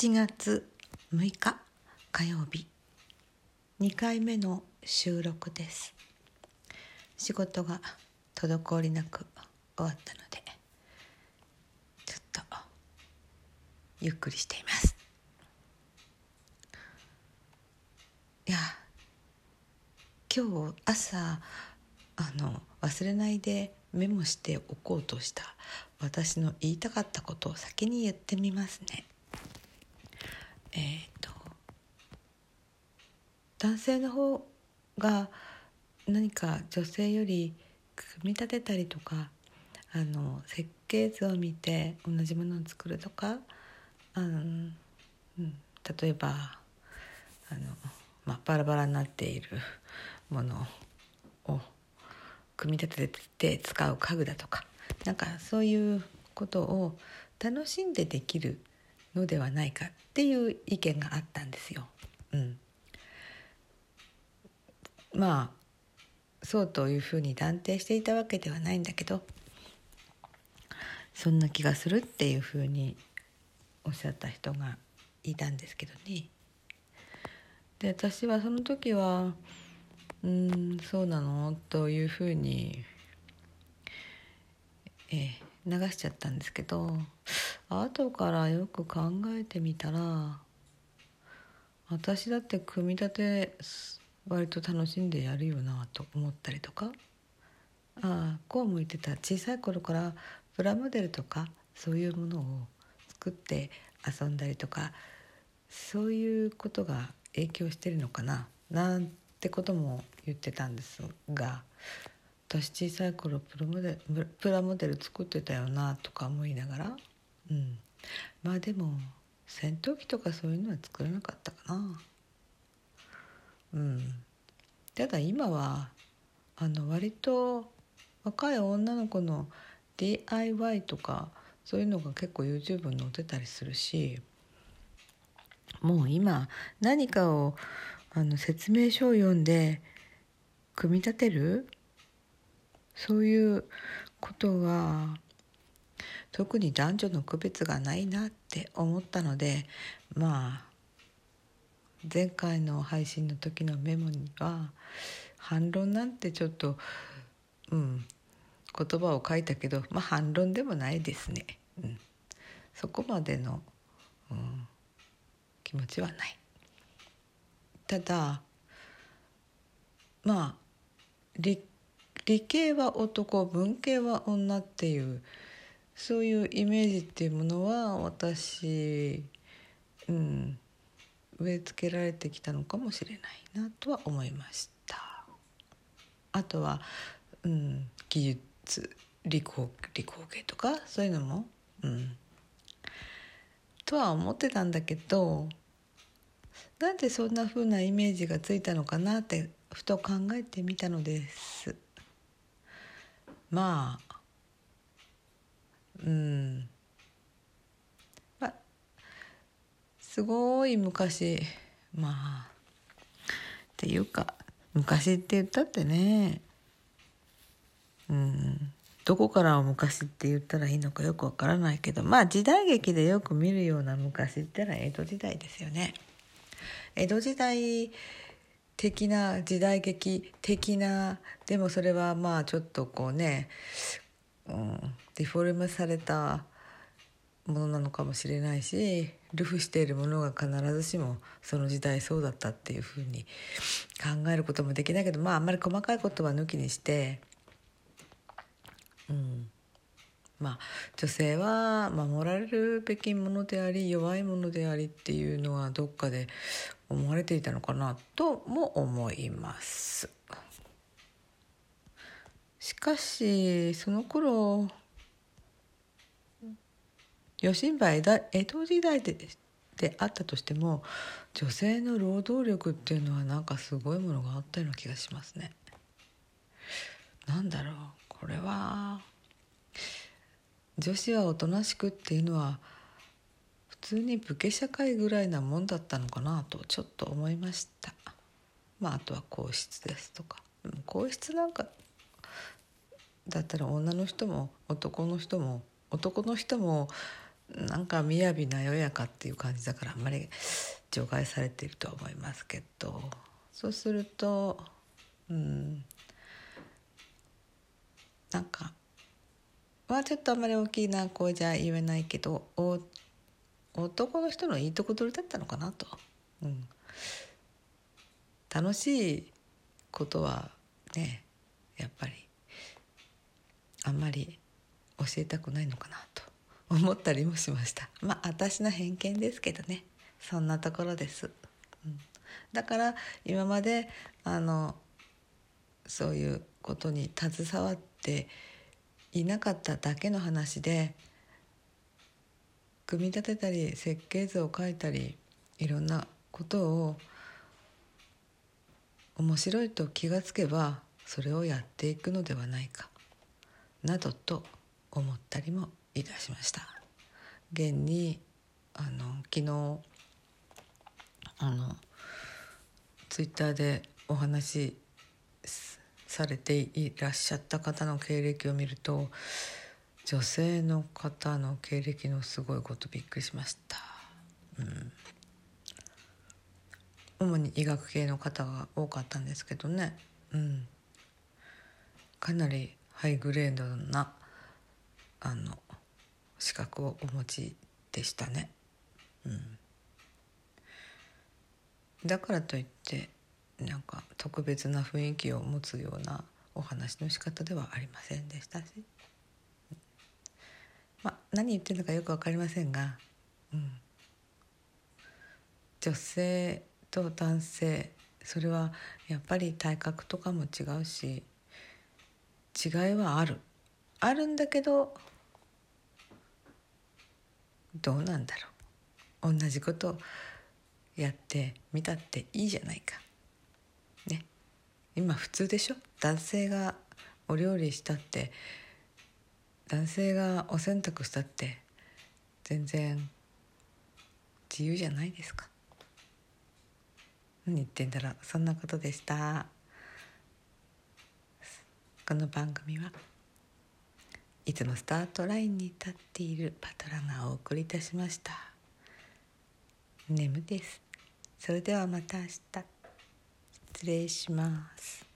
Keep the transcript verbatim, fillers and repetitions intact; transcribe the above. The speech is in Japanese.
ちがつむいか火曜日、にかいめの収録です。仕事が滞りなく終わったのでちょっとゆっくりしています。いや今日朝あの忘れないでメモしておこうとした私の言いたかったことを先に言ってみますね。えーと男性の方が何か女性より組み立てたりとか、あの設計図を見て同じものを作るとか、あの、うん、例えばあの、まあ、バラバラになっているものを組み立てて使う家具だとか、なんかそういうことを楽しんでできるのではないかっていう意見があったんですよ。うん、まあそうというふうに断定していたわけではないんだけど、そんな気がするっていうふうにおっしゃった人がいたんですけどね。で私はその時はうーんそうなのというふうに、えー、流しちゃったんですけど、後からよく考えてみたら、私だって組み立て割と楽しんでやるよなと思ったりとか、ああこうも言ってた、小さい頃からプラモデルとかそういうものを作って遊んだりとか、そういうことが影響してるのかななんてことも言ってたんですが、私小さい頃プラモデル、プラモデル作ってたよなとか思いながら、うん、まあでも戦闘機とかそういうのは作らなかったかな。うん、ただ今はあの割と若い女の子の ディーアイワイ とかそういうのが結構 YouTube に載ってたりするし、もう今何かをあの説明書を読んで組み立てる、そういうことが特に男女の区別がないなって思ったので、まあ前回の配信の時のメモには反論なんてちょっとうん言葉を書いたけど、まあ反論でもないですね。うん、そこまでの、うん、気持ちはない。ただまあ 理, 理系は男、文系は女っていうそういうイメージっていうものは私、うん、植え付けられてきたのかもしれないなとは思いました。あとは、うん、技術理工、理工系とかそういうのも、うん、とは思ってたんだけど、なんでそんな風なイメージがついたのかなってふと考えてみたのです。まあうんまあすごい昔、まあっていうか昔って言ったってね、うんどこからを昔って言ったらいいのかよくわからないけど、まあ時代劇でよく見るような昔ってのは江戸時代ですよね。江戸時代的な時代劇的な、でもそれはまあちょっとこうね、うん、デフォルメされたものなのかもしれないし、流布しているものが必ずしもその時代そうだったっていうふうに考えることもできないけど、まああんまり細かいことは抜きにして、うん、まあ女性は守られるべきものであり弱いものでありっていうのはどっかで思われていたのかなとも思います。しかしその頃余震波江戸時代でであったとしても、女性の労働力っていうのはなんかすごいものがあったような気がしますね。なんだろう、これは女子はおとなしくっていうのは普通に武家社会ぐらいなもんだったのかなとちょっと思いました。まああとは皇室ですとか、皇室なんかだったら女の人も男の人も男の人もなんか雅な世やかっていう感じだからあんまり除外されているとは思いますけど、そうするとうんなんかまあちょっとあんまり大きな声じゃ言えないけど、お男の人のいいとこ取りだったのかなと、うん、楽しいことはねやっぱりあんまり教えたくないのかなと思ったりもしました。まあ私の偏見ですけどね、そんなところです、うん、だから今まであのそういうことに携わっていなかっただけの話で、組み立てたり設計図を描いたりいろんなことを面白いと気がつけばそれをやっていくのではないかなどと思ったりもいたしました。現にあの昨日あのツイッターでお話しされていらっしゃった方の経歴を見ると、女性の方の経歴のすごいことびっくりしました、うん、主に医学系の方が多かったんですけどね、うん、かなりハイグレードなあの資格をお持ちでしたね、うん、だからといってなんか特別な雰囲気を持つようなお話の仕方ではありませんでしたし、まあ、何言ってるのかよく分かりませんが、うん、女性と男性それはやっぱり体格とかも違うし違いはあるあるんだけど、どうなんだろう、同じことやってみたっていいじゃないかね。今普通でしょ、男性がお料理したって男性がお洗濯したって全然自由じゃないですか。何言ってんだろう、そんなことでした。この番組はいつもスタートラインに立っているパトラがお送りいたしました。眠です。それではまた明日。失礼します。